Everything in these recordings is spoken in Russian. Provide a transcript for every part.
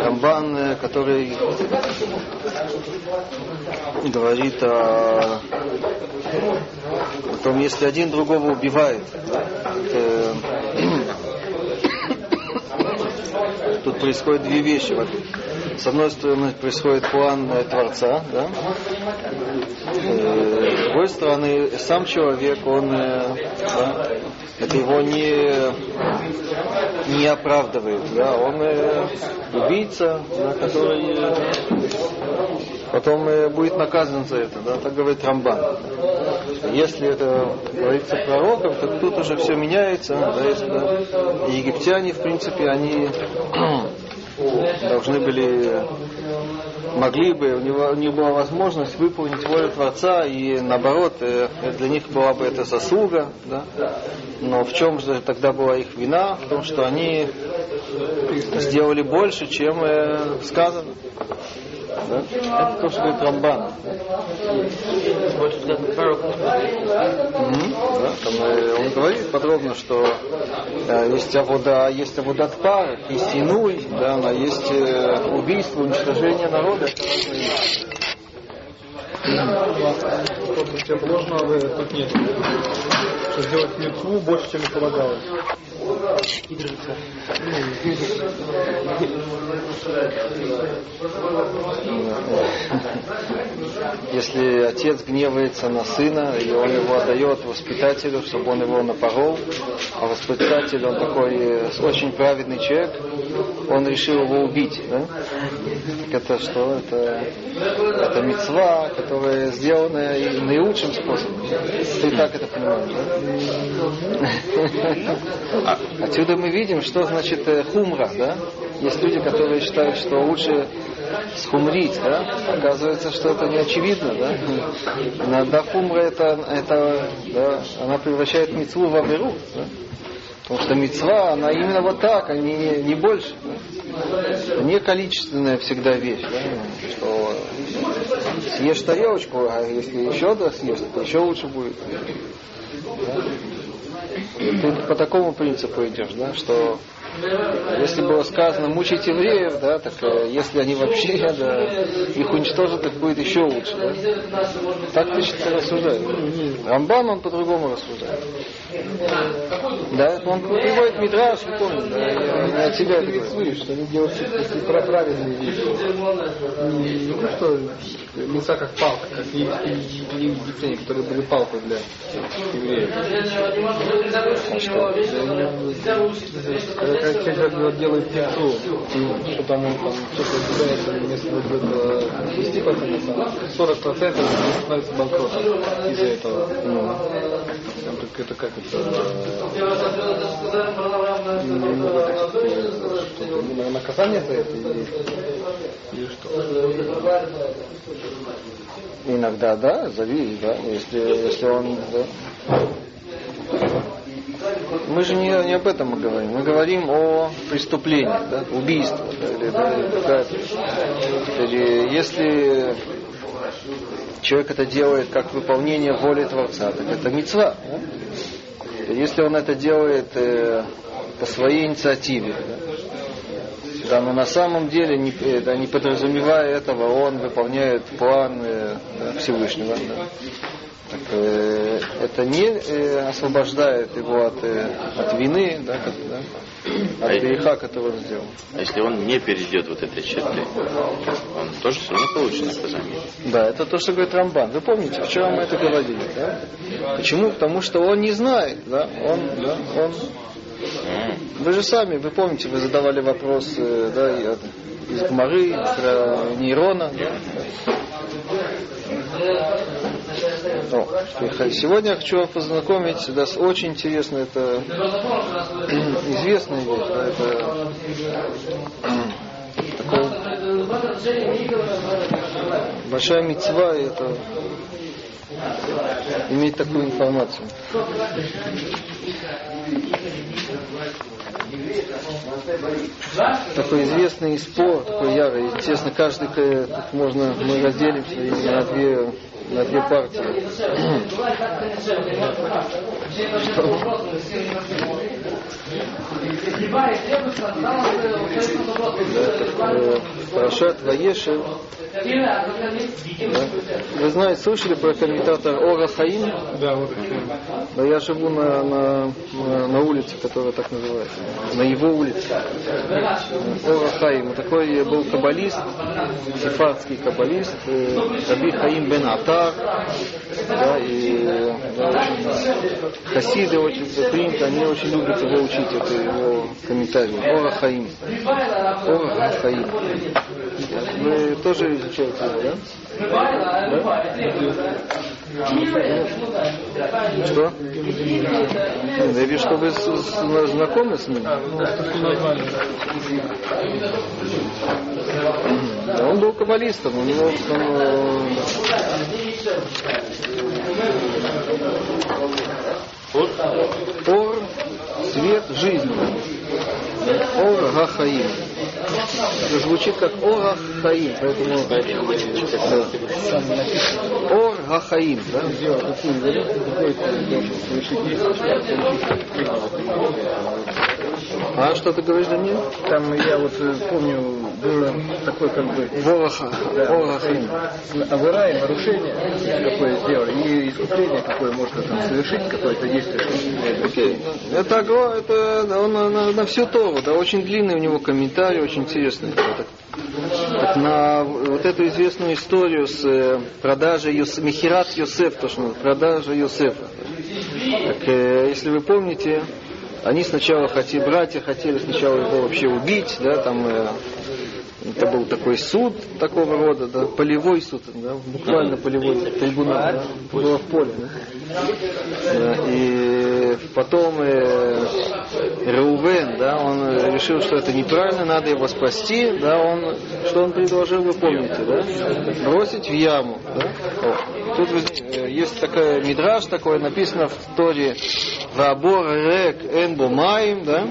Рамбан, который говорит о том, если один другого убивает, тут происходят две вещи. С одной стороны, происходит план Творца, да? С другой стороны, сам человек, он, да, это его не оправдывает, да? Он убийца, да, который потом будет наказан за это, да? Так говорит Рамбан. Если это говорится пророком, то тут уже все меняется, да? Если, да? И египтяне, в принципе, они должны были, могли бы, у них была возможность выполнить волю Творца, и наоборот, для них была бы это заслуга, да? Но в чем же тогда была их вина? В том, что они сделали больше, чем сказано. Да? Это то, что говорит Рамбан. Да, там, он говорит подробно, что есть аводат пар, есть инуй, да, есть убийство, уничтожение народа. Чем ложного тут нет. Что сделать митцву больше, чем и полагалось. Если отец гневается на сына, и он его отдает воспитателю, чтобы он его напорол, а воспитатель, он такой очень праведный человек, он решил его убить, да? Так это что? Это мицва, которая сделана и наилучшим способом. Ты так это понимаешь, да? Отсюда мы видим, что значит хумра, да? Есть люди, которые считают, что лучше схумрить, да? Оказывается, что это не очевидно, да? Иногда хумра это да, она превращает мицву в аверу, да? Потому что мицва, она именно вот так, а не больше. Да? Не количественная всегда вещь, да? Что съешь тарелочку, а если еще съешь, то еще лучше будет. Да? Ты по такому принципу идешь, да, что если было сказано мучить евреев, да, так если они вообще да, их уничтожат, так будет еще лучше. Да? Так ты рассуждаешь. Рамбан, он по-другому рассуждает. Да, он приводит мидраш, вы помните, да, я от себя это говорю. Что они делают правильные вещи. Не то, что лица как палка, как египтяне, которые были палкой для евреев. Как человек делает пиццу, что там он что-то кидается вместо 10%, 40% становится банкротом из-за этого. Это как это? Наказание за это или что? Иногда, да, зови, да, если он, да. Мы же не об этом мы говорим. Мы говорим о преступлении, да, убийстве, да, или если человек это делает как выполнение воли Творца, так это мицва. Да? Если он это делает по своей инициативе, да, но на самом деле, не подразумевая этого, он выполняет план Всевышнего. Да. Так, это не освобождает его от вины, да, от греха, который он сделал. А если он не перейдет вот этой черты, он тоже все равно получит наказание? Да, это то, что говорит Рамбан. Вы помните, вчера мы это говорили, да? Почему? Потому что он не знает, да? Он. Вы же сами, вы помните, вы задавали вопрос, да, из Гмары, про Нейрона, да? Сегодня я хочу вас познакомить с очень интересной, это известная вещь, да, это такая большая мицва, и это иметь такую информацию. Такой известный спор, такой ярый. Естественно, каждый, тут можно, мы разделимся на две партии. Парашат Ваешев. Да. Вы знаете, слышали про комментатор Ора Хаим? Да, вот. Да, я живу на улице, которая так называется. На его улице. Ора Хаим. Такой был каббалист, сефардский каббалист, Раби Хаим бен Атар. Да, и хасиды очень принято, они очень любят его учить, это его комментарий. Ора Хаим. Ора Хаим. Вы тоже изучаете его, да? Да? Что? Я вижу, что вы знакомы с ним. Да, он был каббалистом, у него Ор, свет жизни. Ор Гахаим. Это звучит как Ор Хаим, поэтому Ор Гахаим, да? А что ты говоришь, Даниил? Там я вот помню, было такое как бы Орахаим. авыра и нарушение какое сделали, и искупление какое можно там совершить, какое-то действие. Окей. Это он на всю Тору, да, очень длинный у него комментарий, очень интересный. Так на вот эту известную историю с продажей Михират Йосеф, то что продажа Йосефа. Так, если вы помните, они сначала братья хотели сначала его вообще убить, да, там это был такой суд такого рода, да, полевой суд, да, буквально полевой трибунал, да, было в поле, да. И потом Реувен, да, он решил, что это неправильно, надо его спасти, да, что он предложил, вы помните, да, бросить в яму, да. Тут есть такая мидраш, такое написано в Торе, Вабор рек энбо маим, да.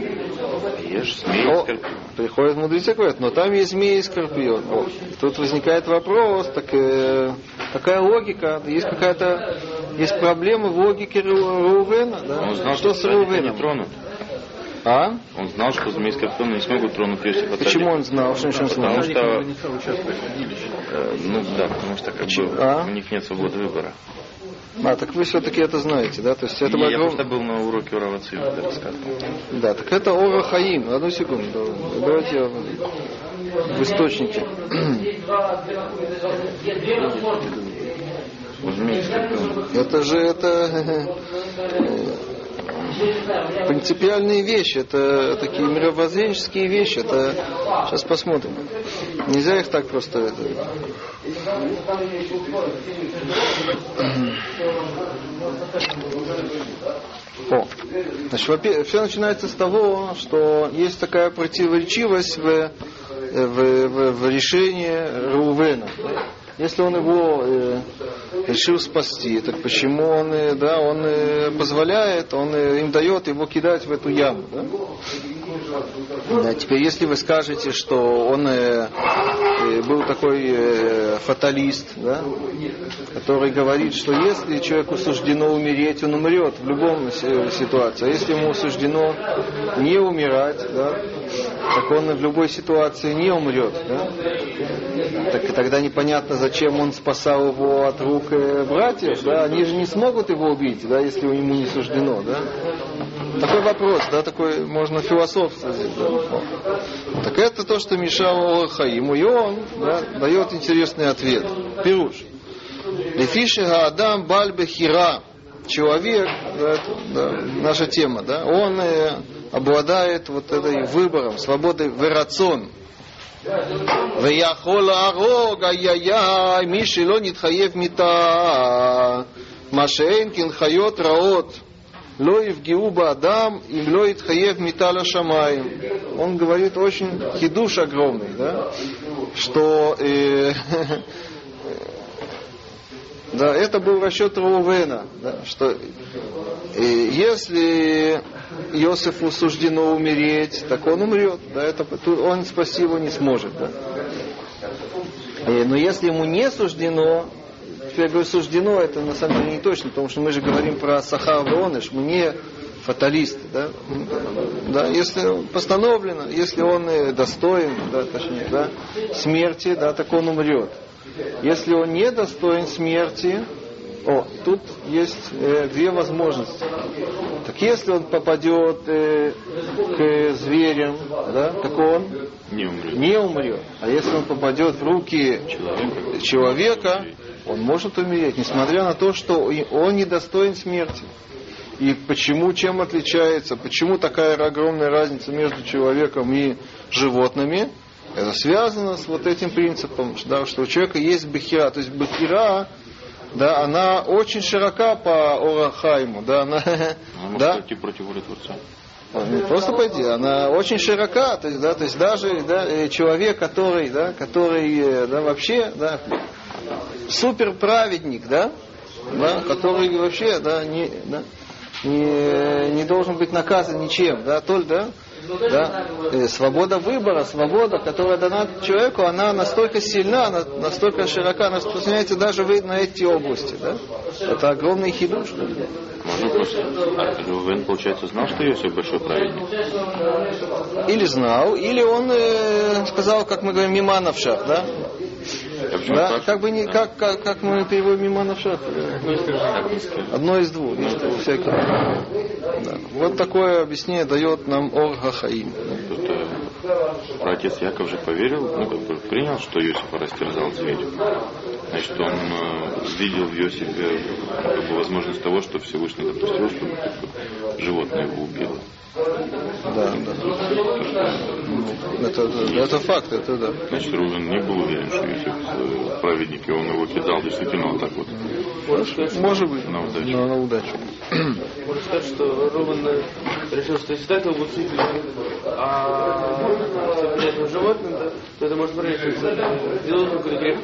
Приходят мудрецы, говорят, но там есть змеи и скорпион. Тут возникает вопрос, какая логика, есть проблемы в логике Реувена, да? Он знал, что с Реувеном? А? Он знал, что змеи и скорпионы не смогут тронуть прежде посадить. Почему он знал? Что он знал? Потому что у них нет свободы выбора. Так вы все-таки это знаете, да? То есть это Я просто был на уроке у Рава Цвига, это рассказывал. Да, так это Ора Хаим. Одну секунду. Давайте в источнике. Это же принципиальные вещи, это такие мировоззренческие вещи. Это сейчас посмотрим. Нельзя их так просто. Значит, все начинается с того, что есть такая противоречивость в решении Реувена. Если он его решил спасти, так почему он позволяет, он им дает его кидать в эту яму? Да? Да, теперь, если вы скажете, что он был такой фаталист, да, который говорит, что если человеку суждено умереть, он умрет в любом ситуации. А если ему суждено не умирать, да, так он в любой ситуации не умрет. Да? Так тогда непонятно, зачем он спасал его от рук братьев. Да? Они же не смогут его убить, да, если ему не суждено. Да? Такой вопрос, да, такой можно философствовать. Да? Так это то, что мешало Хаиму. И он, да, дает интересный ответ. Пируш. Лефишега Адам Бальбе Хира. Человек, да, наша тема, да, он обладает вот этой выбором, свободой верацон. ויכול להרוג איי מי שלא נתחייב מיתה מה שאין כן חיות רעות לא יפגעו באדם אם לא יתחייב מיתה לשמיים. Он говорит очень хидуш огромный, да, что да, это был расчет Реувена, да, что если Йосефу суждено умереть, так он умрет, да, он спасти его не сможет. Да. Но если ему не суждено, я говорю, суждено, это на самом деле не точно, потому что мы же говорим про сахар веоныш, мы не фаталисты, да? Да, если постановлено, если он достоин, да, точнее, да, смерти, да, так он умрет. Если он не достоин смерти, тут есть две возможности. Так если он попадет к зверям, да, так он не умрет. А если он попадет в руки человека, он может умереть, несмотря на то, что он не достоин смерти. И почему, чем отличается, почему такая огромная разница между человеком и животными? Это связано с вот этим принципом, да, что у человека есть бехира. То есть бехира, да, она очень широка по Орахайму. Да, она может пойти против воли Творца. Не просто пойти, она очень широка. То есть даже, да, человек, который вообще, да, супер праведник, да, который вообще, да, не должен быть наказан ничем, да, только, да, свобода выбора, свобода, которая дана человеку, она настолько сильна, настолько широка, она распространяется даже на эти области, да. Это огромный хидуш. Можно просто. Рувен, получается, знал, что Йосиф большой праведник? Или знал, или он сказал, как мы говорим, мимановшах, да. Да, как бы не, как мы переводим мимановшах? Одно из двух. Да. Вот такое объяснение дает нам Ор Хахаим. Отец Яков же поверил, принял, что Йосифа растерзал зверь. Значит, он видел в Йосифе возможность того, что Всевышний допустил, чтобы животное его убило. Да. Это факт, это да. Значит, Рувен не был уверен, что Йосиф праведник, и он его кидал действительно вот так вот. Может быть, на удачу. На удачу. Можно сказать, что Рувен решил, что если так его будет сидеть, а с животным, да, то это может проявиться, сделать какой-то грех.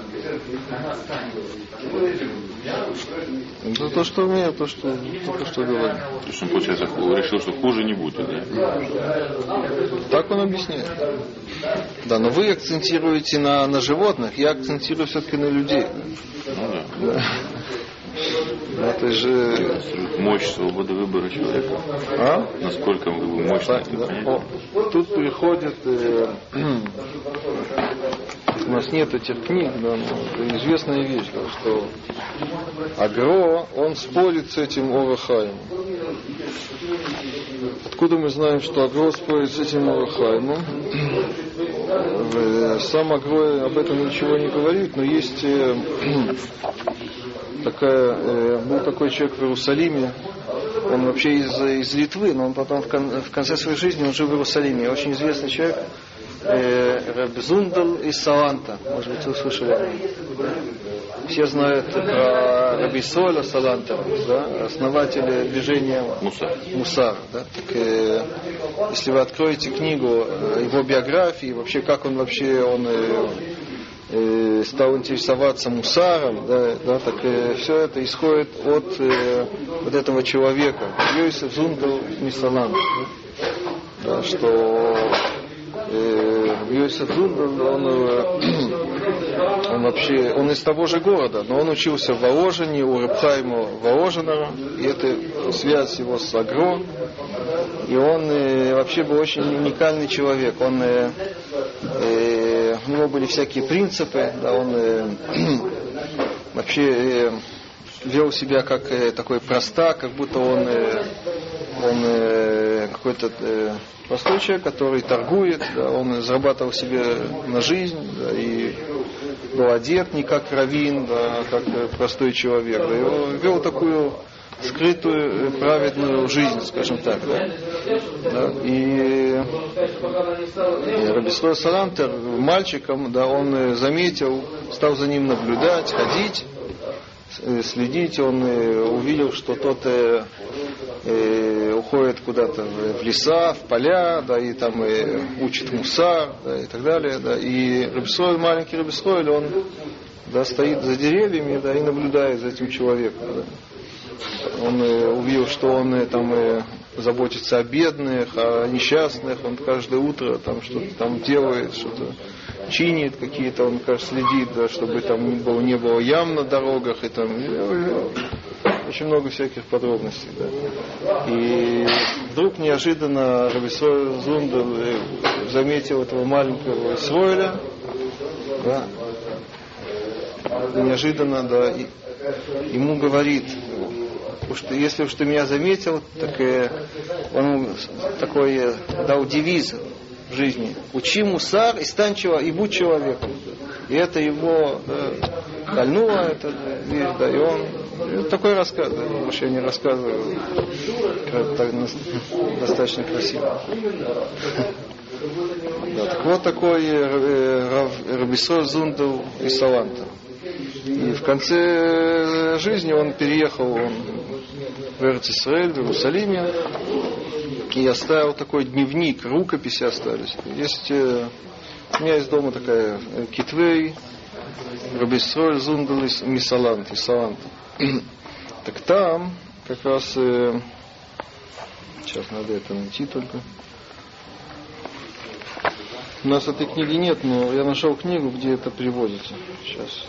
Это то, что умею, то, что говорю. То есть он, получается, решил, что хуже не будет, да? Так он объясняет. Да, но вы акцентируете на животных, я акцентирую все-таки на людей. Ну да. Это же мощь свободы выбора человека. Насколько мощно это понятие? Тут приходит у нас нет этих книг, да, но это известная вещь, да, что Агро, он спорит с этим Орахаимом. Откуда мы знаем, что Агро спорит с этим Орахаимом? Сам Агро об этом ничего не говорит, но есть был такой человек в Иерусалиме, он вообще из Литвы, но он потом в конце своей жизни он жил в Иерусалиме. Очень известный человек, Рабби Зундал из Саланта. Может быть, вы слышали. Все знают про Рабби Исроэля Саланта, да, основателя движения Мусар. Да. Так, если вы откроете книгу его биографии, вообще как он стал интересоваться мусаром, да, так все это исходит от вот этого человека, Йосиф Зундал Мисалан, да, что Йосиф Зундал, он из того же города, но он учился в Воложине, у Реб Хаима Воложенера, и это связь его с Агро, и он вообще был очень уникальный человек, у него были всякие принципы, да, он вообще вел себя как такой простак, как будто он какой-то простой человек, который торгует, да, он зарабатывал себе на жизнь, да, и был одет не как раввин, да, а как простой человек. Да, и он вел такую скрытую, праведную жизнь, скажем так. Да. Да. И Рабби Исроэль Салантер мальчиком, да, он заметил, стал за ним наблюдать, ходить, следить, он увидел, что тот уходит куда-то в леса, в поля, да, и там учит мусар, да, и так далее, да, и Рабби Исроэль, маленький Рабби Исроэль, он, да, стоит за деревьями, да, и наблюдает за этим человеком, да. Он увидел, что он там заботится о бедных, о несчастных, он каждое утро там что-то там делает, что-то чинит какие-то, он, кажется, следит, да, чтобы там не было ям на дорогах, и там очень много всяких подробностей. Да. И вдруг неожиданно Раби Исроэль Зундел заметил этого маленького Исроэля, да, неожиданно, да, и ему говорит, что если уж ты меня заметил, так он такой дал девиз в жизни: учи мусар и стань и будь человеком. И это его кольнуло, это вещь, да, и он такой рассказ, да, может, я не рассказываю, так, достаточно красиво. Да, так вот такой Раби Исроэль Зундел из Саланта. И в конце жизни он переехал в Эрец-Исраэль, в Иерусалиме, и оставил такой дневник, рукописи остались. Есть, у меня есть дома такая Китвей, Раби Исроэль Зундел из Саланта. Так там как раз, сейчас надо это найти только. У нас этой книги нет, но я нашел книгу, где это приводится. Сейчас.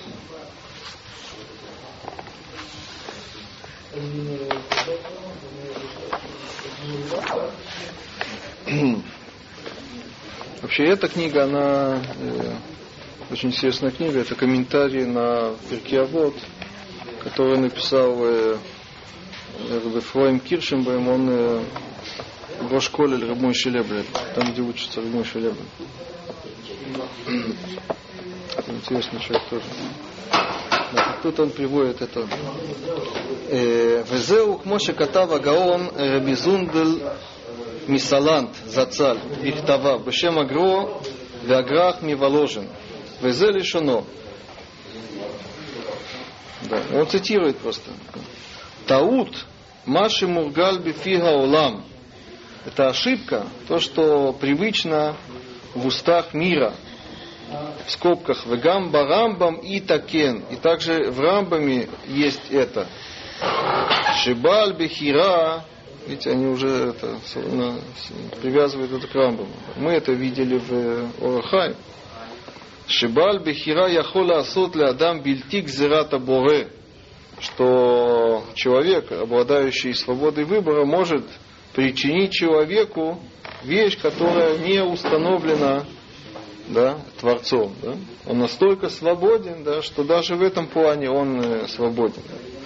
Вообще эта книга, она очень интересная книга. Это комментарий на Перкей Авот, который написал Фроим Киршенбаум. Он Рош Колель Рав Мойше Лейбовиц, там, где учится Рав Мойше Лейбовиц. Интересный человек тоже. Да, тут он приводит это. Везеу кмоше катава гаон Раби Зундел Мисалант Зацаль Ихтава Бешем Агро Веаграх Миволожен Везе лишоно. Да, он цитирует просто. Таут Маши Мургаль Бифига Олам. Это ошибка, то, что привычно в устах мира. В скобках Вегамба Рамбам и Такен. И также в Рамбаме есть это. Шибаль Бехира. Видите, они уже это привязывают это к Рамбаму. Мы это видели в Орахай. Шибаль Бехира Яхола Асот Ле Адам Бильтик Зирата Боре. Что человек, обладающий свободой выбора, может причинить человеку вещь, которая не установлена, да, Творцом. Да? Он настолько свободен, да, что даже в этом плане он свободен.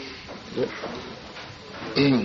Да?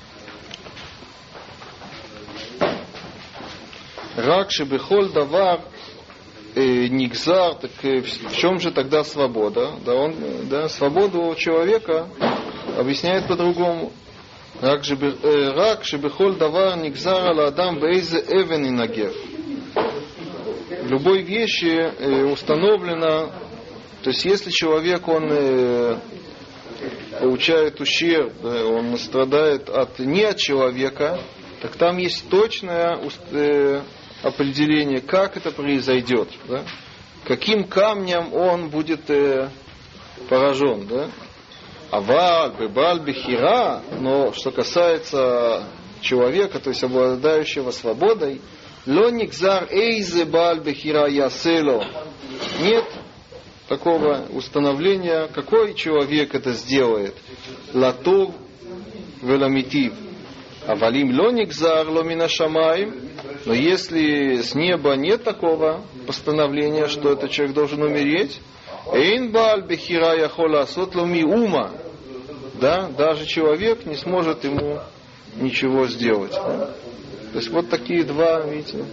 Рак шебехоль давар нигзар, так в чем же тогда свобода? Да, свободу человека объясняет по-другому. Рак шебехоль давар нигзар ала адам бейзе эвен инагев. В любой вещи установлено, то есть если человек, он получает ущерб, он страдает не от человека, так там есть точное определение, как это произойдет, да? Каким камнем он будет поражен. Да? Аваль, бебаль, бехира, но что касается человека, то есть обладающего свободой, лоникзар эйзе баль бехира ясело. Нет такого установления, какой человек это сделает. Латов веламитив. Авалим лоникзар ломина шамаим. Но если с неба нет такого постановления, что этот человек должен умереть, эйн баль бехира яхола асот ломи ума. Да, даже человек не сможет ему ничего сделать. Да? То есть вот такие два, видите,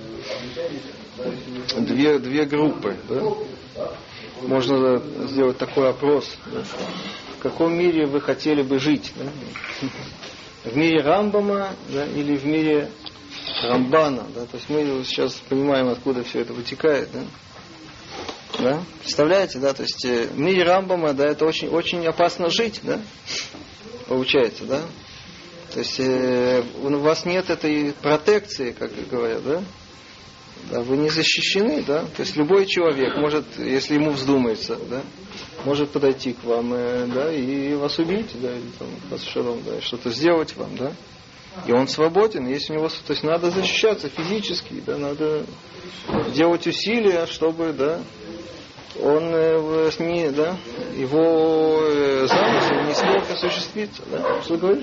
две группы. Да? Можно сделать такой опрос. Да? В каком мире вы хотели бы жить? Да? В мире Рамбама, да, или в мире Рамбана? Да? То есть мы сейчас понимаем, откуда все это вытекает. Да? Да? Представляете, да? То есть в мире Рамбама, да, это очень, очень опасно жить, да? Получается, да? То есть у вас нет этой протекции, как говорят, да? Да, вы не защищены, да? То есть любой человек может, если ему вздумается, да, может подойти к вам, да, и вас убить, да, или там, да, что-то сделать вам, да? И он свободен, если у него, то есть надо защищаться физически, да, надо делать усилия, чтобы, да, он его замысел не смог осуществиться. Да? Что ты говоришь?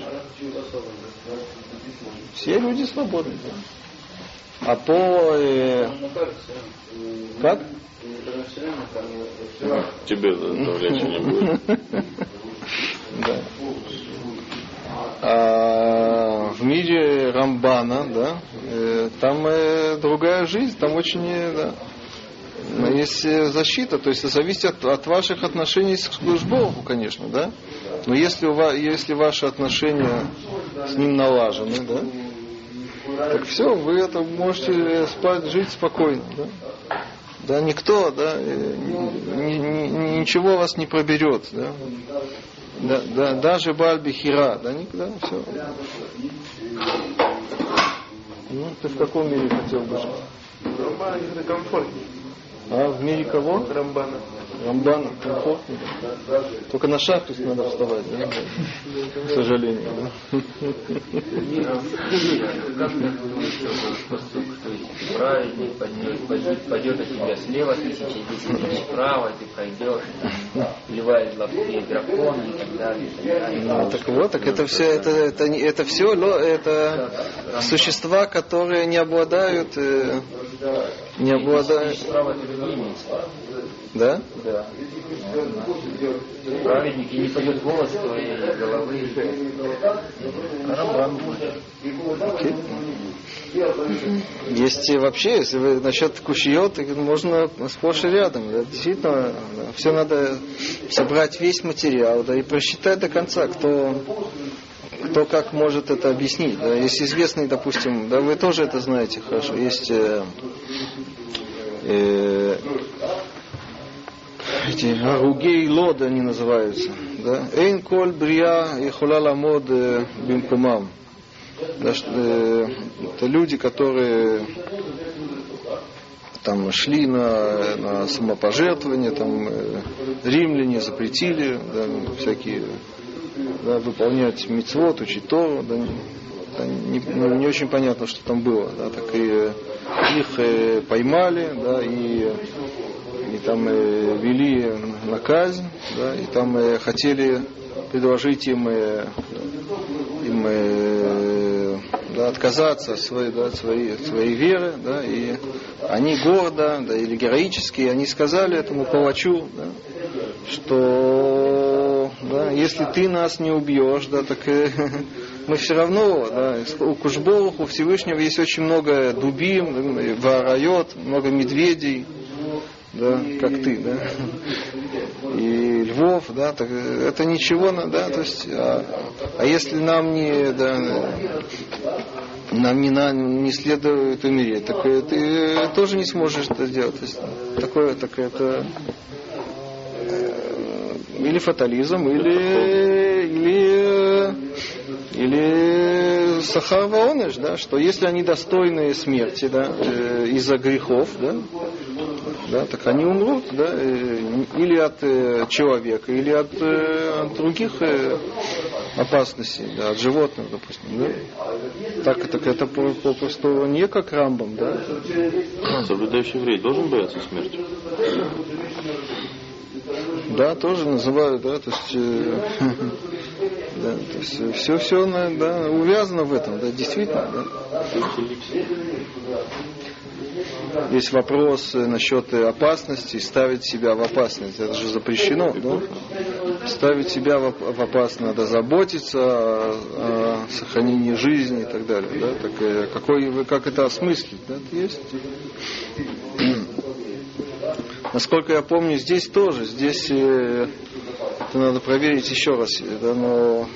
Все люди свободны. Да? А по... как? Тебе давления не будет. Да. А в мире Рамбана, да, там другая жизнь, там очень, да, есть защита, то есть это зависит от ваших отношений к Богу, конечно, да. Но если ваши отношения с Ним налажены, да, так все, вы это можете жить спокойно, да. Да, никто, да, ничего вас не проберет, да. Да, даже Бааль-Бехира, да, никогда, все. Ну, ты в каком мире хотел бы жить? Рамбана это комфортнее. А, в мире кого? Рамбана. Рамбана комфортнее. Только на шахту надо вставать, да? К сожалению. Да? Праведник пойдет от тебя слева 1000 справа, ты пройдешь, вливает лапки дракона и так далее. Так вот, так это все, это существа, которые не обладают. Справа это другие места. Да? Да. Праведник и не пойдет голос твоей головы. Рамбан будет. Okay. Есть вообще, если вы насчет кушиот, можно сплошь и рядом. Да, действительно, да, все надо собрать весь материал, да, и просчитать до конца, кто как может это объяснить. Да. Есть известный, допустим, да, вы тоже это знаете хорошо, есть эти аругей лод они называются. Эйн коль брия и хула ламод бимкумам. Это люди, которые там шли на самопожертвование, там римляне запретили, да, всякие, да, выполнять мицвот, учить Тору, да, не очень понятно, что там было, да, так и их поймали, да, и там вели на казнь, да, и там хотели предложить им да, отказаться от своей веры, да, и они гордо, да, или героически, они сказали этому палачу, да, что, да, если ты нас не убьешь, да, так мы все равно, да, у Кушборух, у Всевышнего есть очень много дубим, варайот, много медведей, да, как ты, да, и львов, да, так это ничего, да, то есть, а если нам не следует умереть, так ты тоже не сможешь это сделать, то есть, это или фатализм, или сахар ваонеш, да, что если они достойны смерти, да, из-за грехов, да, так они умрут, да, или от человека, или от других опасностей, да, от животных, допустим, да. Так это попросту не как Рамбам, да. Соблюдающий еврей должен бояться смерти? Да, тоже называют, да, то есть, да, то есть все, да, увязано в этом, да, действительно, да. Есть вопрос насчет опасности, ставить себя в опасность, это же запрещено, да? Ставить себя в опасность, надо заботиться о сохранении жизни и так далее, да? Так, как это осмыслить, да? Есть. Насколько я помню, здесь тоже, это надо проверить еще раз, да, но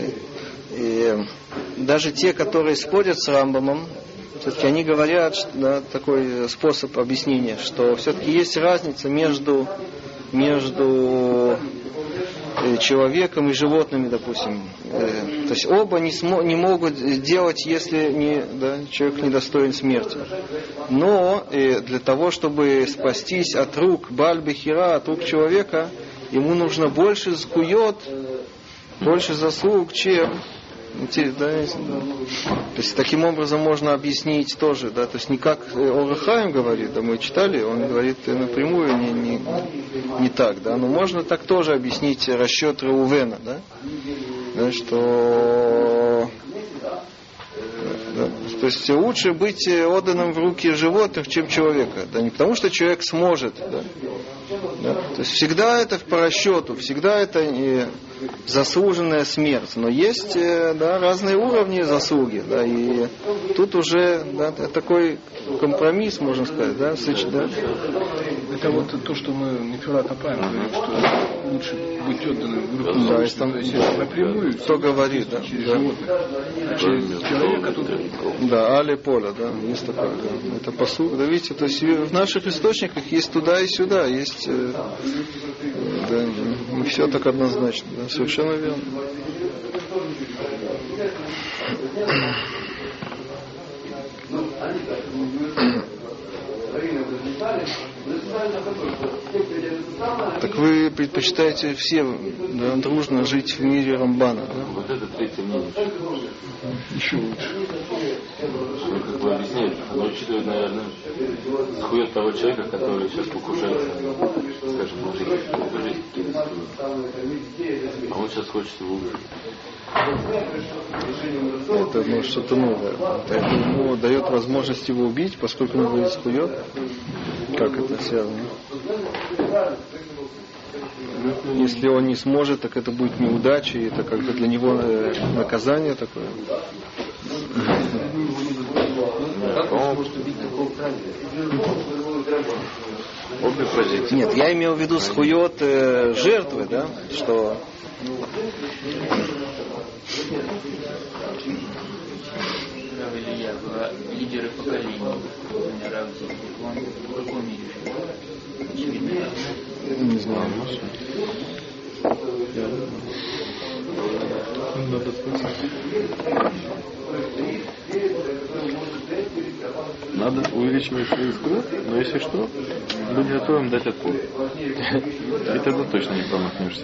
даже те, которые спорят с Рамбамом, все-таки они говорят, что, да, такой способ объяснения, что все-таки есть разница между человеком и животными, допустим. То есть оба не могут делать, если человек недостоин смерти. Но для того, чтобы спастись от рук Бааль-Бехира, от рук человека, ему нужно больше зкуйот, больше заслуг, чем Да. То есть таким образом можно объяснить тоже, да, то есть не как Ор ха-Хаим говорит, да, мы читали, он говорит напрямую не так, да, но можно так тоже объяснить расчет Реувена, да, что да, то есть лучше быть отданным в руки животных, чем человека, да, не потому что человек сможет, да, то есть всегда это по расчету, всегда это не заслуженная смерть, но есть, да, разные уровни заслуги, да, и тут уже, да, такой компромисс, можно сказать, да, да. Это вот то, что мы Нефилат Апаим говорим, что лучше быть отданным в руки, да, если там, напрямую, кто говорит, да, через да. животных, через человека тут. Да, Али Поля, да, есть такое, да. Это посуд, да, видите, то есть в наших источниках есть туда и сюда, есть, да, не все так однозначно, да, совершенно верно. Так вы предпочитаете все, да, дружно жить в мире Рамбана, да? Вот это третье мнение. Еще лучше. Ну, как вы объясняете, оно учитывает, наверное, схует того человека, который сейчас покушается, скажем, на жизнь какие-то схует. А он сейчас хочет его убить. Это, ну, что-то новое. Это ему дает возможность его убить, поскольку он его исхует. Как это связано? Если он не сможет, так это будет неудача, и это как бы для него наказание такое. Обе позиции. Нет, я имел в виду схует жертвы, да, что... Рав Илья, лидеры поколений, Рав Зиг, он в каком мире живет? Очевидно. Не знаю. Надо спросить. Надо увеличивать свои схует, но если что, будь готовым дать отпор. И тогда точно не промахнешься.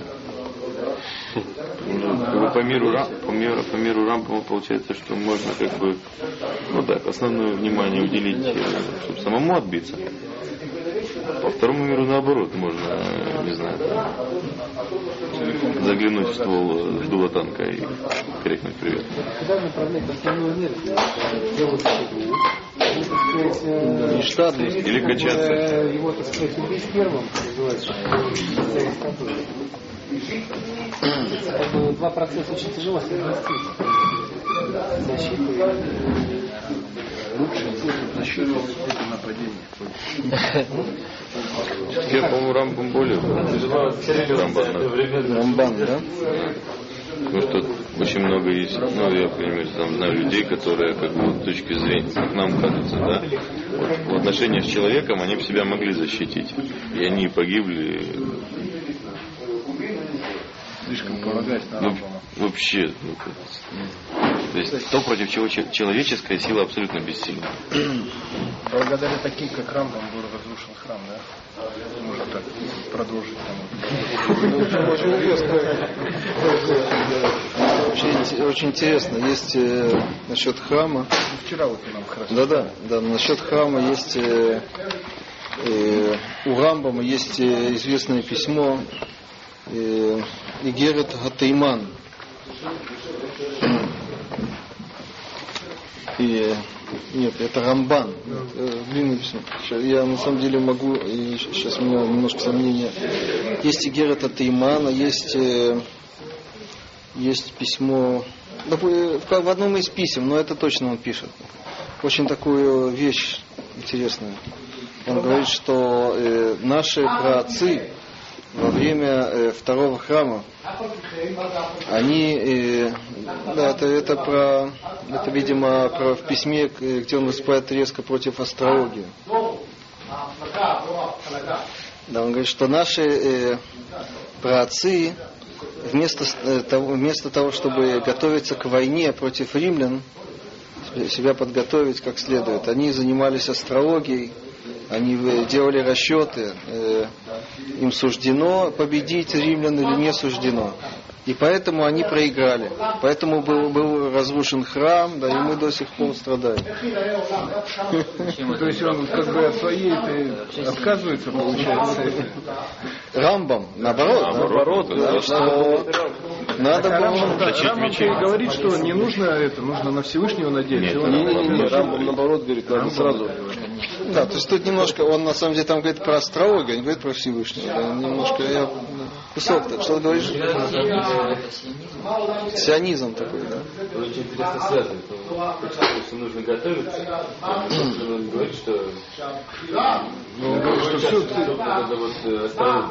По миру Рамбама получается, что можно как бы, ну так, основное внимание уделить, чтобы самому отбиться. По второму миру наоборот, можно, не знаю, заглянуть в ствол дула танка и крикнуть привет. Куда направлять основную энергию? Я вот Или качаться. Его, так сказать, убить первым, называется, два процесса очень тяжело совместить. Защиту и лучше делать защиту, это нападение. Теперь, по-моему, Рамбам более Рамбан, да? Потому что очень много есть, ну, я, например, там знаю людей, которые, как бы, с точки зрения, как нам кажется, да, вот, в отношениях с человеком они бы себя могли защитить. И они погибли. Слишком полагаясь на Рамбама. Вообще, то есть то, против чего человеческая сила абсолютно бессильна. Благодаря таким, как Рамбам, был разрушен храм, да? Можно так продолжить. Очень интересно. Есть насчет храма. Вчера вот нам хорошо. Да. Насчет храма есть у Рамбама есть известное письмо Игерет Гатейман. Нет, это Рамбан. Длинное письмо. Я на самом деле могу, и сейчас у меня немножко сомнения. Есть Игерет Гатеймана, есть письмо в одном из писем, но это точно он пишет. Очень такую вещь интересную. Он говорит, что наши праотцы во время второго храма, они, да, это видимо, в письме, где он выступает резко против астрологии. Да, он говорит, что наши праотцы вместо того, чтобы готовиться к войне против римлян, себя подготовить как следует, они занимались астрологией, они делали расчеты, им суждено победить римлян или не суждено. И поэтому они проиграли. Поэтому был разрушен храм, да, и мы до сих пор страдаем. То есть он как бы от своей отказывается, получается. Рамбам, наоборот, да, что надо было... Рамбам говорит, что не нужно это, нужно на Всевышнего надеяться. Не, Рамбам наоборот говорит, надо сразу. Да, то есть тут немножко, он на самом деле там говорит про астрологию, а не говорит про Всевышнего. Да, немножко я кусок, так что ты говоришь? Сионизм такой, да. Очень интересно связано. Если нужно готовиться, он говорит, что все надо вот астрологию.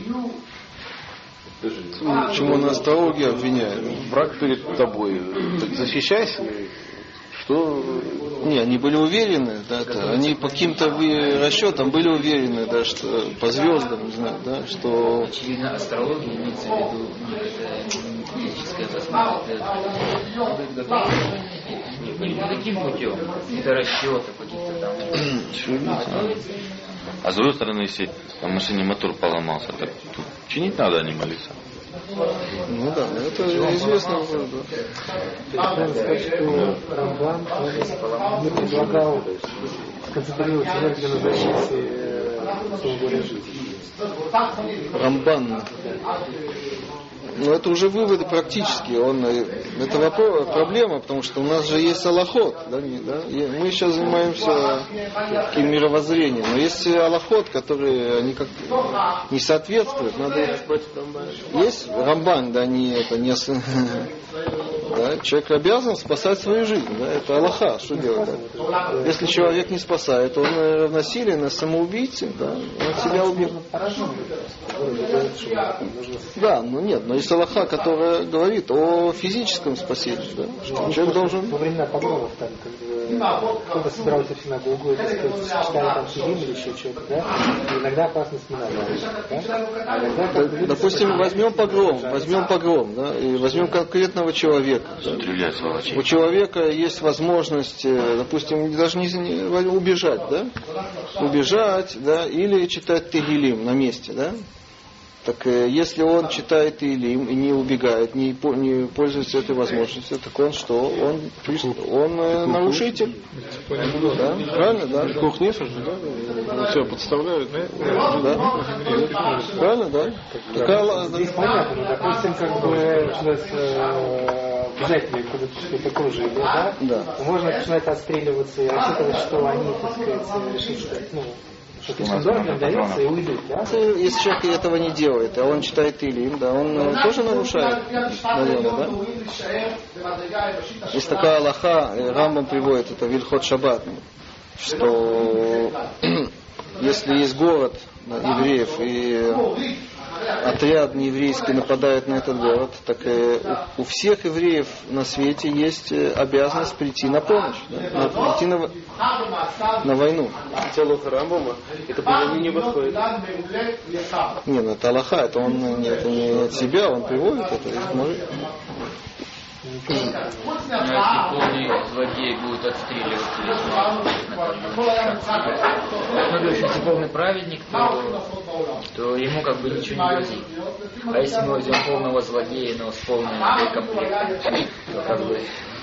Почему на астрологию обвиняют? Враг перед тобой. Так защищайся. Что? Не, они были уверены, да, они по каким-то расчетам были уверены, да, что по звездам, не знаю, да, что... Очевидно, астрология имеется в виду физическое не таким путем, это расчеты какие-то там. А с другой стороны, если в машине мотор поломался, так тут чинить надо, а не молиться. Ну да, это известно уже, да. Надо сказать, что Рамбан не предлагал сконцентрировать энергию на защите своего режима. Рамбан. Но это уже выводы практические. Это вопрос, проблема, потому что у нас же есть алахот. Да, мы сейчас занимаемся таким мировоззрением. Но есть алахот, которые они как не соответствуют. Надо... Есть Рамбан, да, да, человек обязан спасать свою жизнь. Да, это алаха, что делать? Да? Если человек не спасает, он равносилен на самоубийце, да, он себя убил. Да, ну нет, но есть алаха, которая говорит о физическом спасении, да, что человек должен... Во времена погромов там, кто-то собирался в синагогу, это читали там Ширим или еще что-то, да, и иногда опасность не надо. Да? Допустим, возьмем погром, да, и возьмем конкретного человека. Да. У человека есть возможность, допустим, даже не убежать, да, или читать Тегилим на месте, да. Так если он читает Илим и не убегает, не пользуется этой возможностью, так он что? Он нарушитель. Да? Правильно, да? Кухнефиш, да? Все подставляют, да? Да. Правильно, да? Здесь понятно, но, допустим, как бы обязательно куда-то окружили, да? Да. Можно начинать отстреливаться и рассчитывать, что они, так сказать, решат, что если дорого им дается и уйдут, да? Если человек этого не делает, а он читает Илим, да, он тоже нарушает, наверное, да? Есть такая алаха, Рамбам приводит это в Ильхот Шаббат, что если есть город евреев и отряд нееврейский нападает на этот город, так у всех евреев на свете есть обязанность прийти на помощь, да? Прийти на войну. Тело Рамбама, это по не выходит. Не, ну это алаха, это он не от себя, он приводит это. Если полный злодей будет отстреливаться, если полный праведник, то ему как бы ничего не грозит. А если мы возьмем полного злодея, но с полным боекомплектом, то как бы...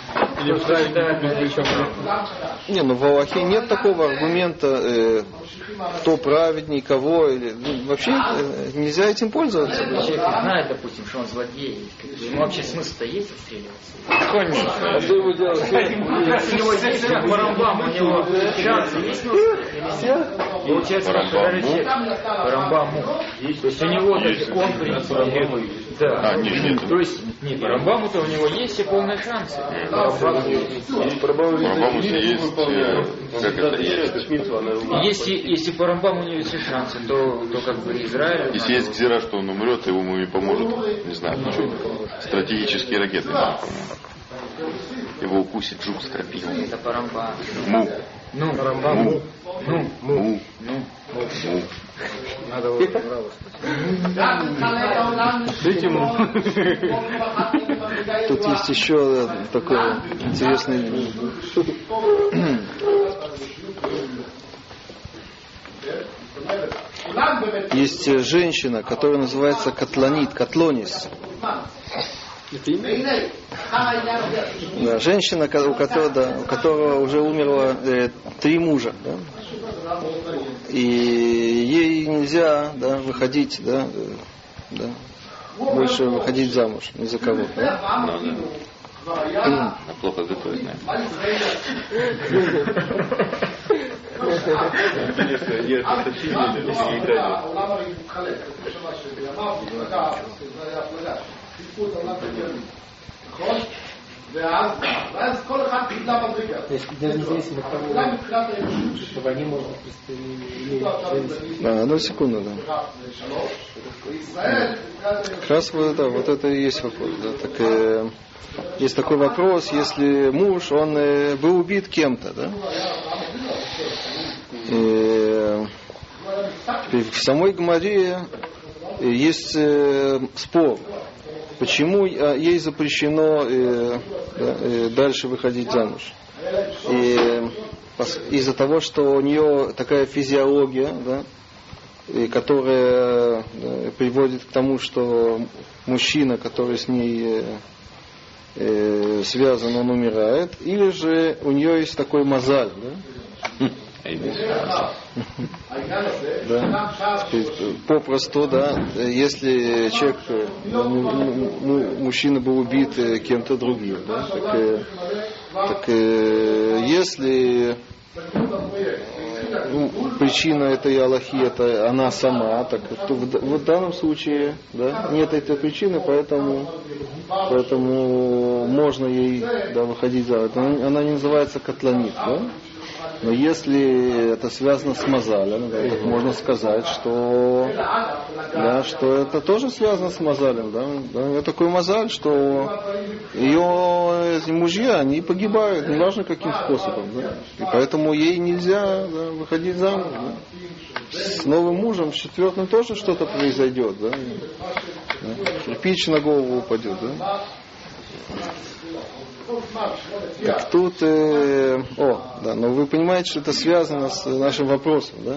Не, ну в Аллахе нет такого аргумента, кто праведней, кого, или вообще нельзя этим пользоваться. Человек знает, допустим, что он злодей, ему вообще смысл-то есть отстреливаться? А что ему делать? Если у него есть по Рамбаму, у него шансы есть? Получается, как человек по Рамбаму. То есть у него он принципиальный. Да. То есть, не, по Рамбаму-то у него есть все полные шансы. Если по Рамбаму у него есть шансы, то как бы Израиль... Если есть гзира, что он умрет, ему и поможет, не знаю, стратегические ракеты, по-моему. Его укусит жук стропила. Это по Рамбаму. Му. Ну, по Рамбаму. Му. Надо его право Тут есть еще такой интересный... Есть женщина, которая называется Котлонис. Да, женщина, у которого уже умерло 3 мужа, да? И ей нельзя, да, выходить, да, больше выходить замуж ни за кого. Да? Она плохо готовит, наверное. Конечно, я то есть даже независимо от того, чтобы они, может быть, да, одну секунду, да. Как раз вот это и есть вопрос. Да. Так, есть такой вопрос, если муж, он был убит кем-то, да? В самой Гемаре есть спор, почему ей запрещено дальше выходить замуж. И из-за того, что у нее такая физиология, да, и которая приводит к тому, что мужчина, который с ней связан, он умирает, или же у нее есть такой мазаль, да? Да. Попросту, да, если человек, мужчина был убит кем-то другим, да, так если причина этой алахи, это она сама, так то в данном случае, да, нет этой причины, поэтому можно ей, да, выходить за это. Она не называется катланит, да? Но если это связано с мазалем, да, так можно сказать, что это тоже связано с мазалем. Да? Такой мазаль, что ее мужья, они погибают, неважно каким способом. Да? И поэтому ей нельзя, да, выходить замуж. Да? С новым мужем, с 4-м тоже что-то произойдет. Да? Да? Кирпич на голову упадет. Да? Так тут, да, но вы понимаете, что это связано с нашим вопросом, да?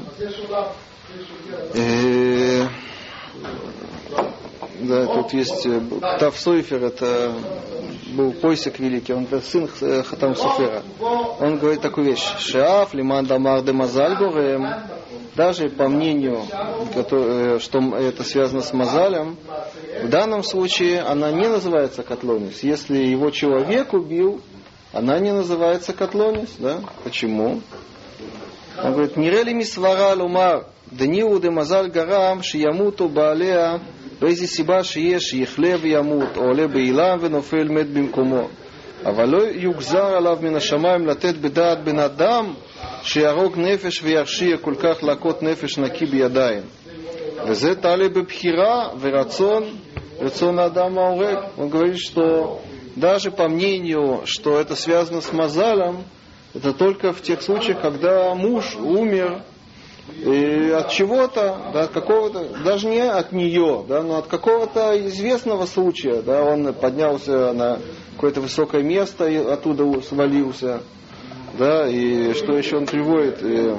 Да, тут есть Тав Сойфер, это был Пойсик великий, он сын Хатам Софера. Он говорит такую вещь: Шаф лиман дамар де мазаль горем. Даже по мнению, что это связано с мазалем, в данном случае она не называется катлонис. Если его человек убил, она не называется катлонис. Да? Почему? Он говорит: Нирели мисвара лумар дниу де мазаль гарам шиямуту баалеа באיזו סיבה שיש יחלה וימות או עולה באילם ונופל מת במקומו, אבל לא יוגזר עליו מן השמיים לתת בדעת בן אדם שיהרוג נפש וירשיע כל כך להכות נפש נקי בידיים, וזה תעלה בבחירה ורצון האדם ההורג. Он говорит, что даже по мнению, что это связано с мазалем, это только в тех случаях, когда муж умер и от чего-то, да, от какого-то, даже не от нее, да, но от какого-то известного случая, да, он поднялся на какое-то высокое место и оттуда свалился, да, и что еще он приводит,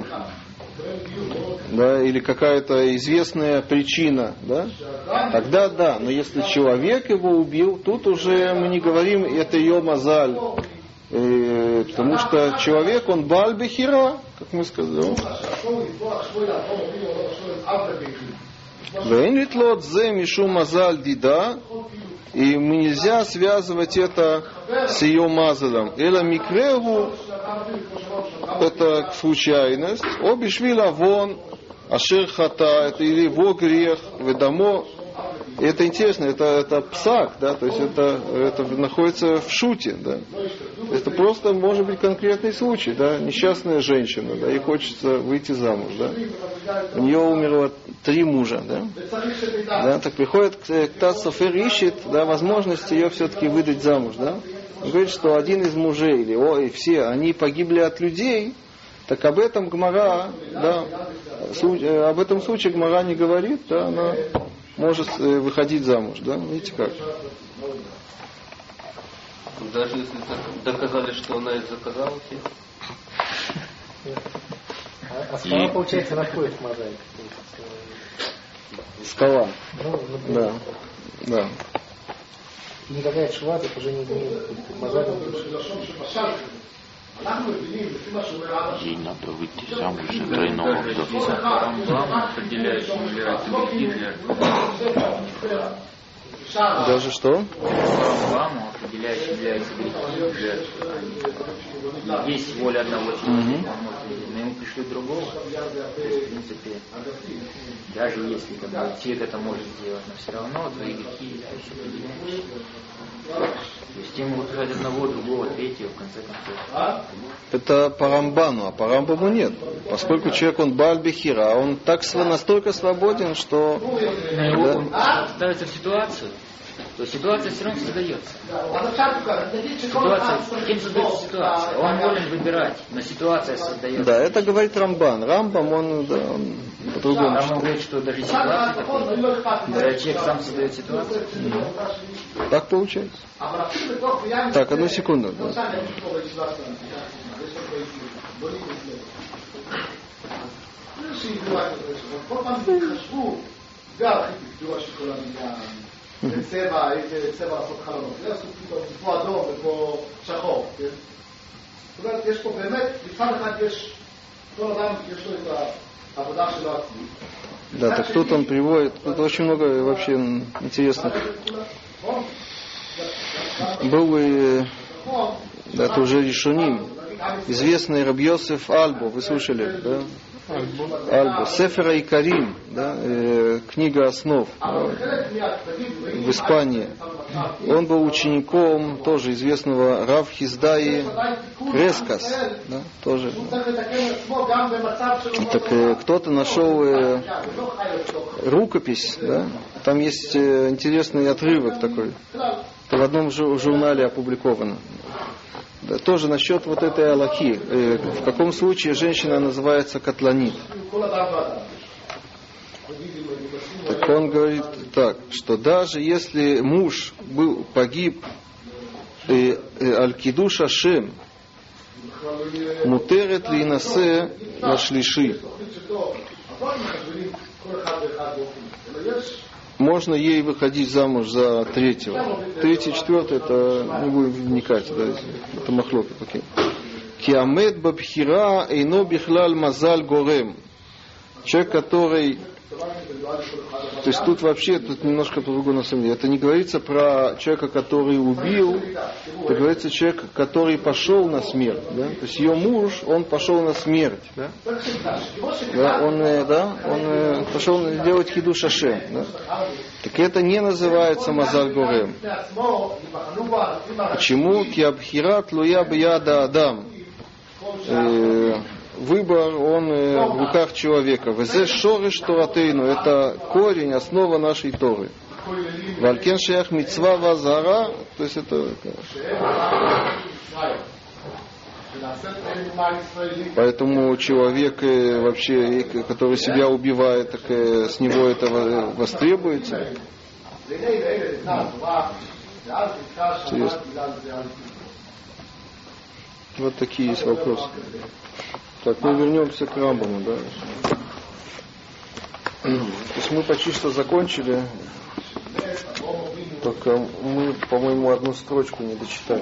да, или какая-то известная причина, да, тогда да, но если человек его убил, тут уже мы не говорим, это ее мазаль, потому что человек, он баль бехира, как мы сказали. Вейнитлот зе мишу мазаль дида, и мы нельзя связывать это с ее мазалем. Эла микреву, это случайность. Обишвила вон, ашер хата, это или его грех, ведамо. Это интересно, это псак, да, то есть это находится в шуте, да. Это просто может быть конкретный случай, да, несчастная женщина, да, ей хочется выйти замуж, да. У нее умерло 3 мужа, да. Да, так приходит к Тав Софер, ищет, да, возможность ее все-таки выдать замуж, да. Он говорит, что один из мужей, или все, они погибли от людей, так об этом Гмара, да, об этом случае Гмара не говорит, да, она может выходить замуж, да, видите как? Даже если доказали, что она их заказала всех? А скала, получается, находит в мозаике. Скала. Да. Да. И никакая чува тут уже не мазалом души. Ей надо выйти замуж за тройного вдовца. Рамбам определяет, что является грехи. Даже что? Рамбаму определяет, что является грехи. Есть воля одного человека, но ему пришлют другого. То есть, в принципе, даже если человек это может сделать, но все равно твои грехи определяются. То есть ему выбирать одного, другого, третьего, в конце концов. Это по Рамбану, а по Рамбаму нет. Поскольку человек, он Бааль Бехира, он настолько свободен, что... Он ставится в ситуацию, то есть ситуация все равно создается. Кем создается ситуация? Он волен выбирать, но ситуация создается. Да, это говорит Рамбан. Рамбам, он по-другому. Рамбам говорит, что даже ситуация такая, когда человек сам создает ситуацию. Так получается. Так, одну секунду. זה צבע, איזה צבע לעשות חלונות. זה עשו פתאום, פה אדום ופה שחור, כן? זאת אומרת, יש פה באמת, מצד אחד יש, כל אדם יש לו את העבודה שלו עצמי. Да, так тут он приводит, тут очень много вообще интересных. Был и, да, это уже Ришоним, известный Рабби Йосеф Альбо, вы слышали, да? Альбо, Сефер Икарим, да, книга основ, в Испании. Он был учеником тоже известного Рав Хиздаи Крескас, да, тоже. Так кто-то нашел рукопись, да, там есть интересный отрывок такой, это в одном журнале опубликовано. Да, тоже насчет вот этой алахи. В каком случае женщина называется котланит? Так он говорит так, что даже если муж погиб аль-кидуш ашем, мутерет ли насе нашлиши. Можно ей выходить замуж за третьего. Третий, четвертый, это не будем вникать, да, это махлоки какие. Киамед бабхира эйно бихлаль мазаль горем. Человек, который... То есть тут вообще, тут немножко по-другому на самом деле. Это не говорится про человека, который убил, это говорится человек, который пошел на смерть. Да? То есть ее муж, он пошел на смерть. Да? Да, он пошел делать хидуш ашем. Да? Так это не называется мазаль горем. Почему? Ки абхира тлуя бияда адам. Выбор, он в руках человека. Везе шореш торатейну, это корень, основа нашей Торы. Валькен шеях мицва вазара, то есть это... Поэтому человек вообще, который себя убивает, так с него это востребуется. Интересно. Вот такие есть вопросы. Так, мы вернемся к Рамбаму, да. То есть мы почти что закончили, только мы, по-моему, одну строчку не дочитали.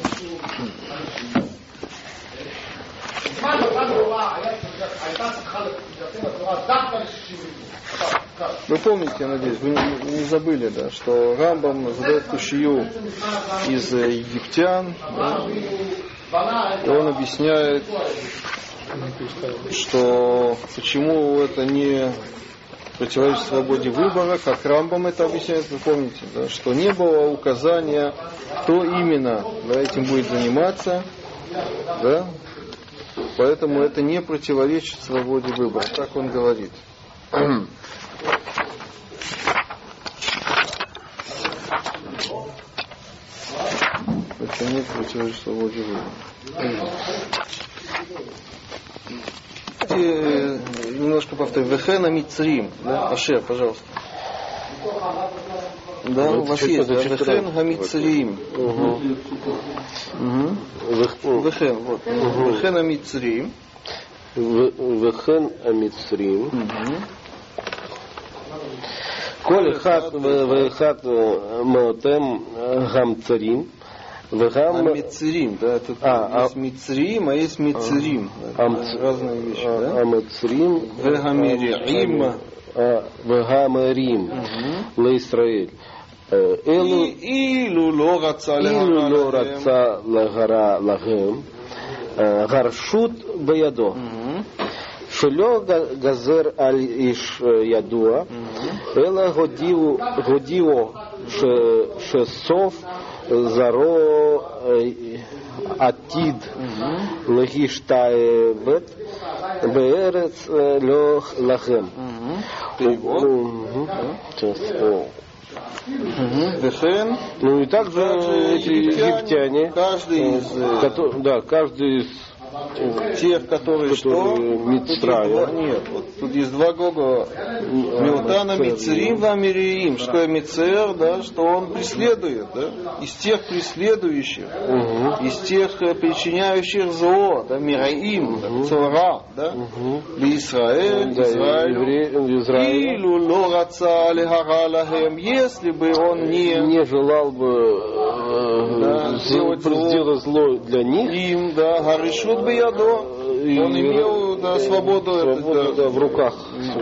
Вы помните, я надеюсь, вы не забыли, да, что Рамбам задает кушью из египтян, да, и он объясняет, что почему это не противоречит свободе выбора, как Рамбам это объясняет, вы помните, да, что не было указания, кто именно, да, этим будет заниматься, да, поэтому это не противоречит свободе выбора, так он говорит. Это не противоречит свободе выбора. Немножко повторю. Вехена мицрим. Да? Ашер, пожалуйста. Да, у вас есть. Вехен гамицрим. Вехен, вот. Вехен амицрим. Вехен амицрим. Коль хат вехат мотем гамцарим. Мицерим, да, тут есть Мицерим, а есть Мицерим. Разные вещи, да? Мицерим, Вегамерим, Леисраэль. Илу ло раца лагара лагем, гаршут баядо. Шело газер аль иш ядуа, эла годио шесов заро атид легиштаебет беэрец лох лахем. Ну и также эти египтяне, каждый из тех, которые что? Мицрая. Нет, вот тут есть два глагола. Милтана Мицерим Вамириим. Что Мицер, да, что он преследует, да? Из тех преследующих, из тех причиняющих зло, да, Мираим, да, Цора, да? Израиль, Израиль. Илу ло раца лехара лахем. Если бы он не желал бы сделать зло для них, им, да, Гаришут бы ядо, он имел, да, свободу в руках.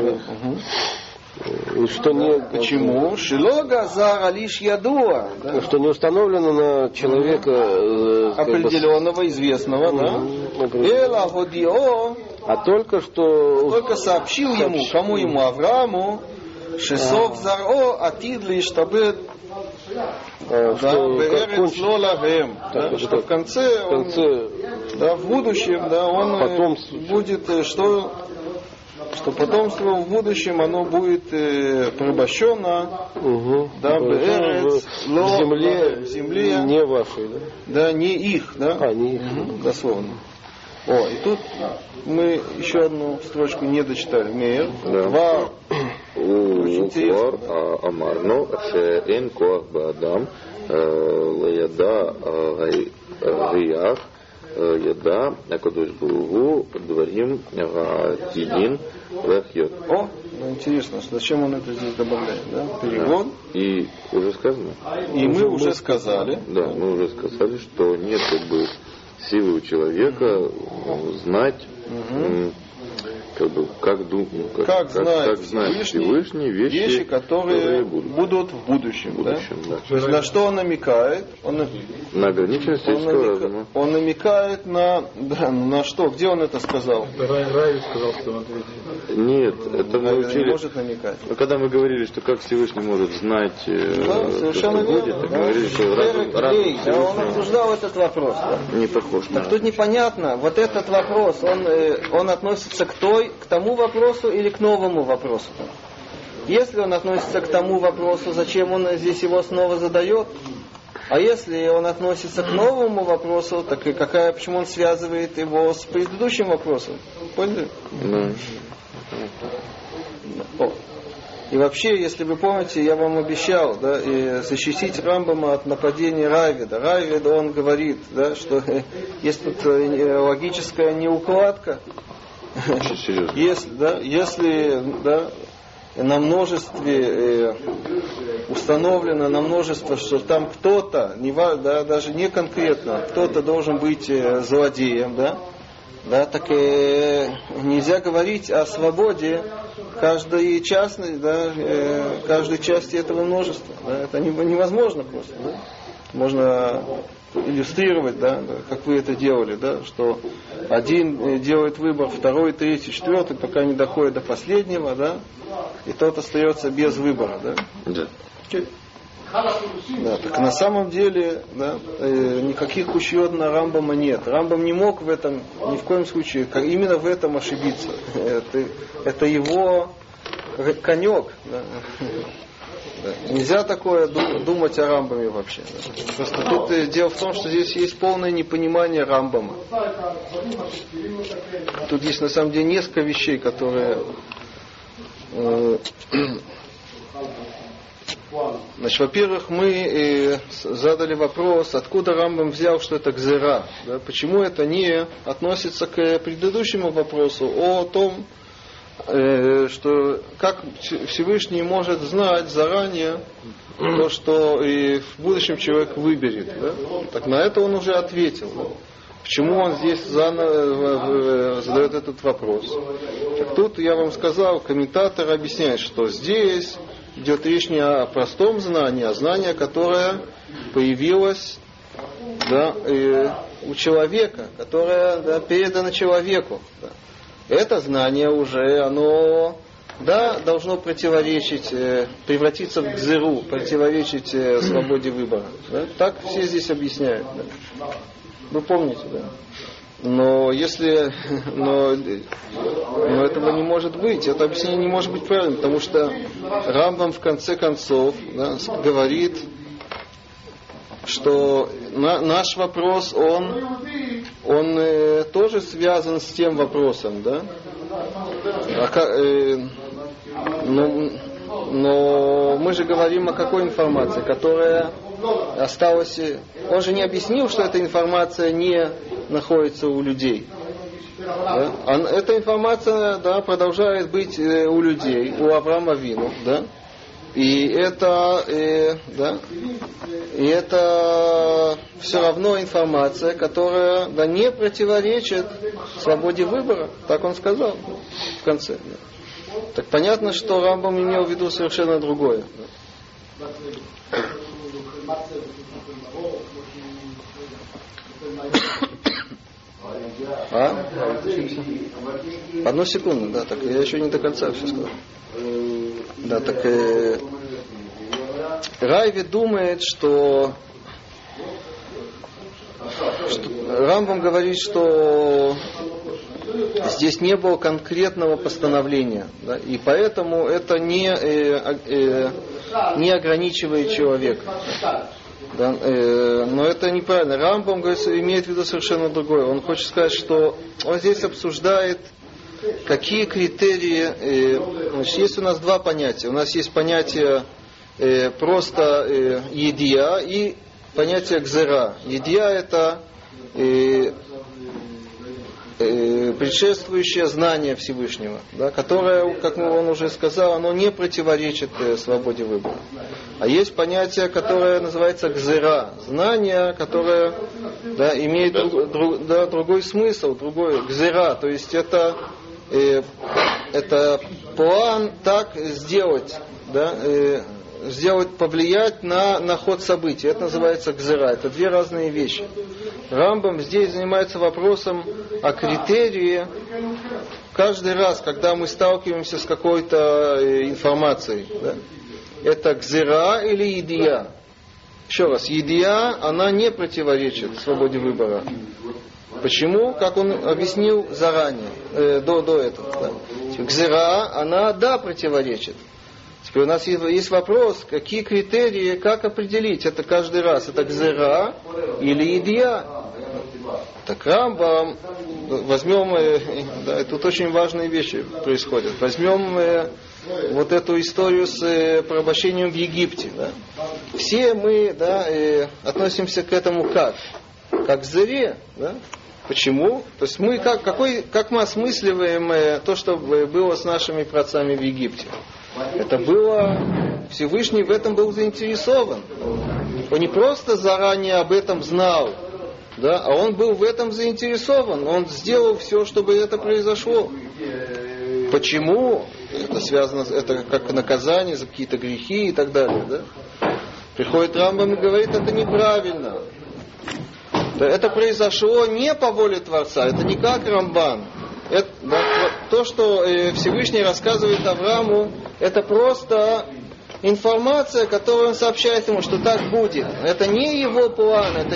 И что не... Почему? Шилога зара лишь ядуа. Что не установлено на человека определенного, известного, да? Эла годио. А только сообщил ему, кому ему, Аврааму, Шесов заро атидли, чтобы что в конце, да, в будущем, да, он будет, что потомство в будущем оно будет порабощено, да, в земле не вашей, да? Да, не их, да? Не их. Дословно. И тут мы еще одну строчку не дочитали. Мейер. Очень интересно. Амарно, шеэн коах баадам, лаяда гаях, яда, акадуш бургу, дворим, тидин, лахьет. Интересно, зачем он это здесь добавляет, да? Перевод. И уже сказано. И мы уже сказали. Да, мы уже сказали, что нет как бы силы у человека знать, как знать Всевышний вещи, которые будут в будущем. Да? То есть на что он намекает? На ограниченность человеческого разума. Он намекает на что? Где он это сказал? Рай сказал, что он ответит. Нет, это мы учили. Не может намекать. Когда мы говорили, что как Всевышний может знать, совершенно будет, говорили, что разум он обсуждал этот вопрос. Да? Не похож на. Так тут непонятно. Вот этот вопрос, он относится к тому вопросу или к новому вопросу? Если он относится к тому вопросу, зачем он здесь его снова задает? А если он относится к новому вопросу, так и почему он связывает его с предыдущим вопросом? Поняли? И вообще, если вы помните, я вам обещал, да, защитить Рамбама от нападения Райвида. Райвид, он говорит, да, что есть тут логическая неукладка. Если на множестве установлено на множество, что там кто-то, даже не конкретно, кто-то должен быть злодеем, да, так нельзя говорить о свободе каждой части этого множества. Да, это невозможно просто. Да. Можно иллюстрировать, да, как вы это делали, да, что один делает выбор, второй, третий, четвертый, пока не доходит до последнего, да, и тот остается без выбора, да. Да, так на самом деле, да, никаких кушьет на Рамбама нет. Рамбам не мог в этом ни в коем случае, именно в этом ошибиться. Это его конек. Да. Да. Нельзя такое думать о Рамбаме вообще. Да. Просто тут дело в том, что здесь есть полное непонимание Рамбама. Тут есть на самом деле несколько вещей, которые... Значит, во-первых, мы задали вопрос, откуда Рамбам взял, что это гзера. Да? Почему это не относится к предыдущему вопросу о том, что как Всевышний может знать заранее то, что и в будущем человек выберет. Да? Так на это он уже ответил. Да? Почему он здесь заново задает этот вопрос? Так тут я вам сказал, комментатор объясняет, что здесь идет речь не о простом знании, а знание, которое появилось, да, у человека, которое, да, передано человеку. Да. Это знание уже, оно, да, должно противоречить, превратиться в гзеру, противоречить свободе выбора. Да. Так все здесь объясняют. Да. Вы помните, да? Но если, но этого не может быть, это объяснение не может быть правильным, потому что Рамбам в конце концов, да, говорит, что наш вопрос, он тоже связан с тем вопросом, да? Но мы же говорим о какой информации, которая осталась. Он же не объяснил, что эта информация не находится у людей. Да? Эта информация, да, продолжает быть у людей, у Авраама Авину, да? И это все равно информация, которая, да, не противоречит свободе выбора. Так он сказал в конце. Да. Так понятно, что Рамбам имел в виду совершенно другое. Одну секунду, да, так я еще не до конца все сказал. Да, так Райви думает, что Рамбам говорит, что здесь не было конкретного постановления, да, и поэтому это не ограничивает человека. Да, но это неправильно. Рамбам, говорит, имеет в виду совершенно другое. Он хочет сказать, что он здесь обсуждает, какие критерии. Значит, есть у нас два понятия. У нас есть понятие просто едия и понятие гзера. Едия — это предшествующее знание Всевышнего, да, которое, как он уже сказал, оно не противоречит свободе выбора. А есть понятие, которое называется гзера, знание, которое, да, имеет другой смысл, другой гзера, то есть это план так сделать, да, повлиять на ход событий. Это называется гзера. Это две разные вещи. Рамбам здесь занимается вопросом о критерии. Каждый раз, когда мы сталкиваемся с какой-то информацией, да, это гзера или едия. Еще раз, едия, она не противоречит свободе выбора. Почему? Как он объяснил заранее, до этого. Да. Гзера, она, да, противоречит. Теперь у нас есть вопрос, какие критерии, как определить это каждый раз, это гзера или едия. Так Рамбам, возьмем, да, тут очень важные вещи происходят. Возьмем вот эту историю с порабощением в Египте. Да. Все мы, да, относимся к этому как к гзере. Да. Почему? То есть мы как мы осмысливаем то, что было с нашими праотцами в Египте? Это было, Всевышний в этом был заинтересован. Он не просто заранее об этом знал, да, а он был в этом заинтересован. Он сделал все, чтобы это произошло. Почему? Это связано, это как наказание за какие-то грехи и так далее. Да? Приходит Рамбам и говорит, это неправильно. Это произошло не по воле Творца, это не как Рамбан. Это, да, то, что Всевышний рассказывает Аврааму, это просто информация, которую он сообщает ему, что так будет. Это не его план, это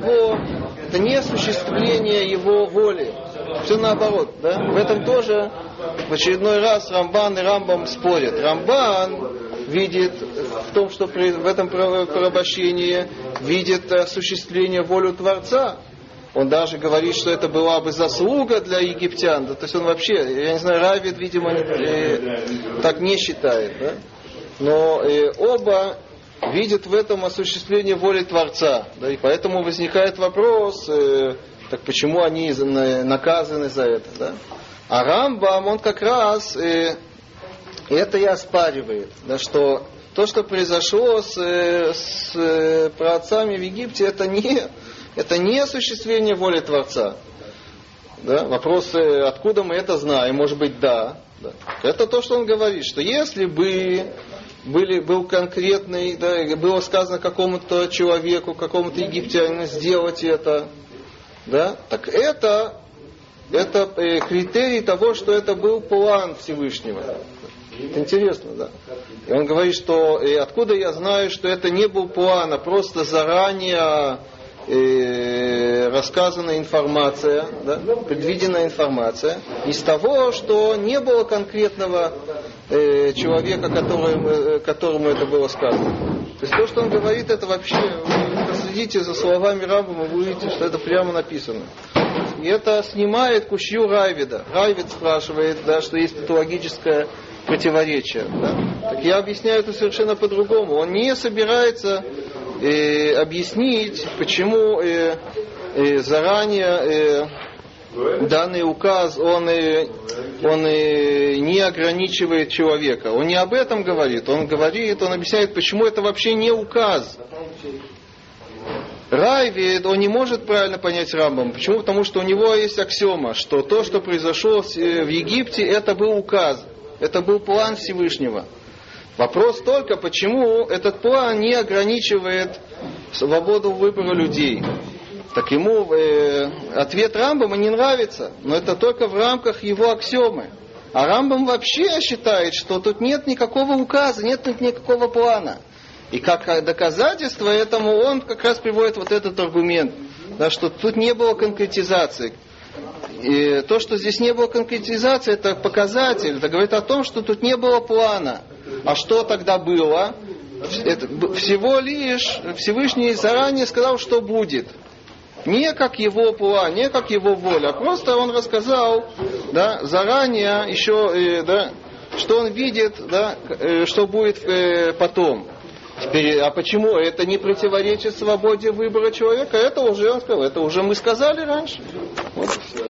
не осуществление его воли. Все наоборот. Да? В этом тоже в очередной раз Рамбан и Рамбам спорят. Рамбан видит в том, что в этом порабощении видит осуществление волю Творца. Он даже говорит, что это была бы заслуга для египтян. Да, то есть он вообще, я не знаю, Равид, видимо, так не считает. Да? Но оба видят в этом осуществление воли Творца. Да? И поэтому возникает вопрос, так почему они наказаны за это? Да? А Рамбам, он как раз это и оспаривает, да, что то, что произошло с праотцами в Египте, это не осуществление воли Творца. Да? Вопрос, откуда мы это знаем, может быть, да. Это то, что он говорит, что если бы был конкретный, да, было сказано какому-то человеку, какому-то египтянину сделать это, да, так это критерий того, что это был план Всевышнего. Это интересно, да. И он говорит, что откуда я знаю, что это не был план, а просто заранее рассказанная информация, да, предвиденная информация, из того, что не было конкретного человека, которому это было сказано. То есть то, что он говорит, это вообще, вы проследите за словами Рамбама, вы увидите, что это прямо написано. И это снимает кушью Райвида. Райвид спрашивает, да, что есть патологическое противоречие. Да? Так я объясняю это совершенно по-другому. Он не собирается объяснить, почему заранее данный указ он не ограничивает человека. Он не об этом говорит. Он объясняет, почему это вообще не указ. Райвид, он не может правильно понять Рамбам. Почему? Потому что у него есть аксиома, что то, что произошло в Египте, это был указ. Это был план Всевышнего. Вопрос только, почему этот план не ограничивает свободу выбора людей. Так ему ответ Рамбама не нравится, но это только в рамках его аксиомы. А Рамбам вообще считает, что тут нет никакого указа, нет никакого плана. И как доказательство этому он как раз приводит вот этот аргумент, да, что тут не было конкретизации. И то, что здесь не было конкретизации, это показатель, это говорит о том, что тут не было плана. А что тогда было? Это всего лишь Всевышний заранее сказал, что будет. Не как его план, не как его воля, а просто он рассказал, да, заранее еще, да, что он видит, да, что будет потом. Теперь, а почему это не противоречит свободе выбора человека? Это уже он сказал, это уже мы сказали раньше. Вот.